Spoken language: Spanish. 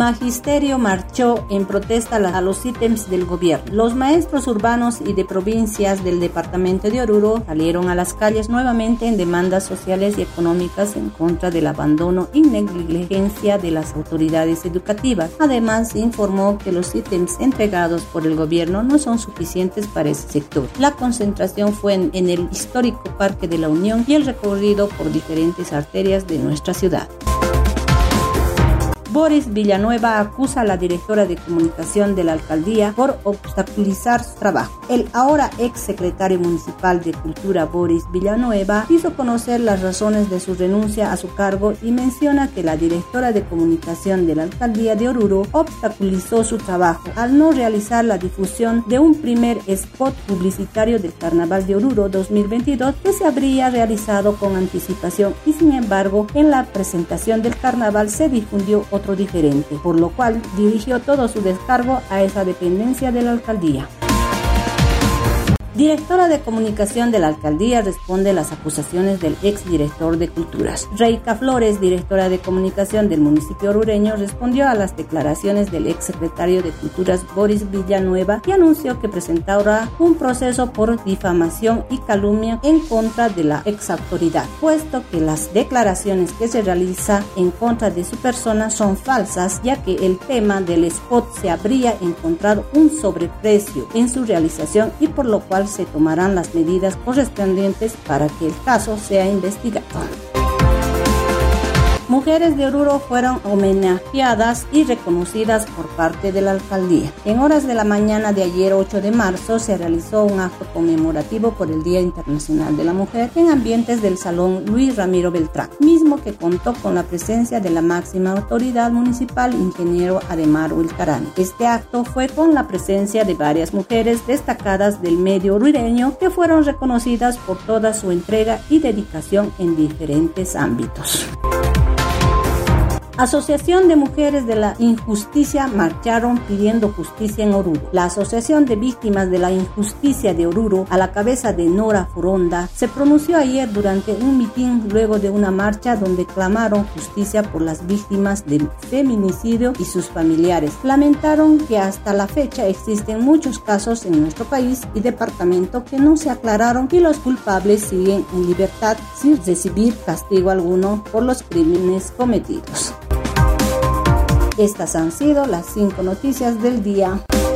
Magisterio marchó en protesta a los ítems del gobierno. Los maestros urbanos y de provincias del departamento de Oruro salieron a las calles nuevamente en demandas sociales y económicas en contra del abandono y negligencia de las autoridades educativas. Además, informó que los ítems entregados por el gobierno no son suficientes para ese sector. La concentración fue en el histórico Parque de la Unión y el recorrido por diferentes arterias de nuestra ciudad. Boris Villanueva acusa a la directora de comunicación de la alcaldía por obstaculizar su trabajo. El ahora ex secretario municipal de Cultura, Boris Villanueva, hizo conocer las razones de su renuncia a su cargo y menciona que la directora de comunicación de la alcaldía de Oruro obstaculizó su trabajo al no realizar la difusión de un primer spot publicitario del Carnaval de Oruro 2022 que se habría realizado con anticipación y sin embargo en la presentación del carnaval se difundió otro diferente, por lo cual dirigió todo su descargo a esa dependencia de la alcaldía. Directora de comunicación de la alcaldía responde a las acusaciones del exdirector de Culturas. Reika Flores, directora de comunicación del municipio orureño, respondió a las declaraciones del exsecretario de Culturas Boris Villanueva y anunció que presentará un proceso por difamación y calumnia en contra de la exautoridad, puesto que las declaraciones que se realiza en contra de su persona son falsas, ya que el tema del spot se habría encontrado un sobreprecio en su realización y por lo cual se tomarán las medidas correspondientes para que el caso sea investigado. Mujeres de Oruro fueron homenajeadas y reconocidas por parte de la alcaldía. En horas de la mañana de ayer, 8 de marzo, se realizó un acto conmemorativo por el Día Internacional de la Mujer en ambientes del Salón Luis Ramiro Beltrán, mismo que contó con la presencia de la máxima autoridad municipal, ingeniero Ademar Wilcarán. Este acto fue con la presencia de varias mujeres destacadas del medio orureño que fueron reconocidas por toda su entrega y dedicación en diferentes ámbitos. Asociación de Mujeres de la Injusticia marcharon pidiendo justicia en Oruro. La Asociación de Víctimas de la Injusticia de Oruro, a la cabeza de Nora Foronda, se pronunció ayer durante un mitin luego de una marcha donde clamaron justicia por las víctimas del feminicidio y sus familiares. Lamentaron que hasta la fecha existen muchos casos en nuestro país y departamento que no se aclararon y los culpables siguen en libertad sin recibir castigo alguno por los crímenes cometidos. Estas han sido las 5 noticias del día.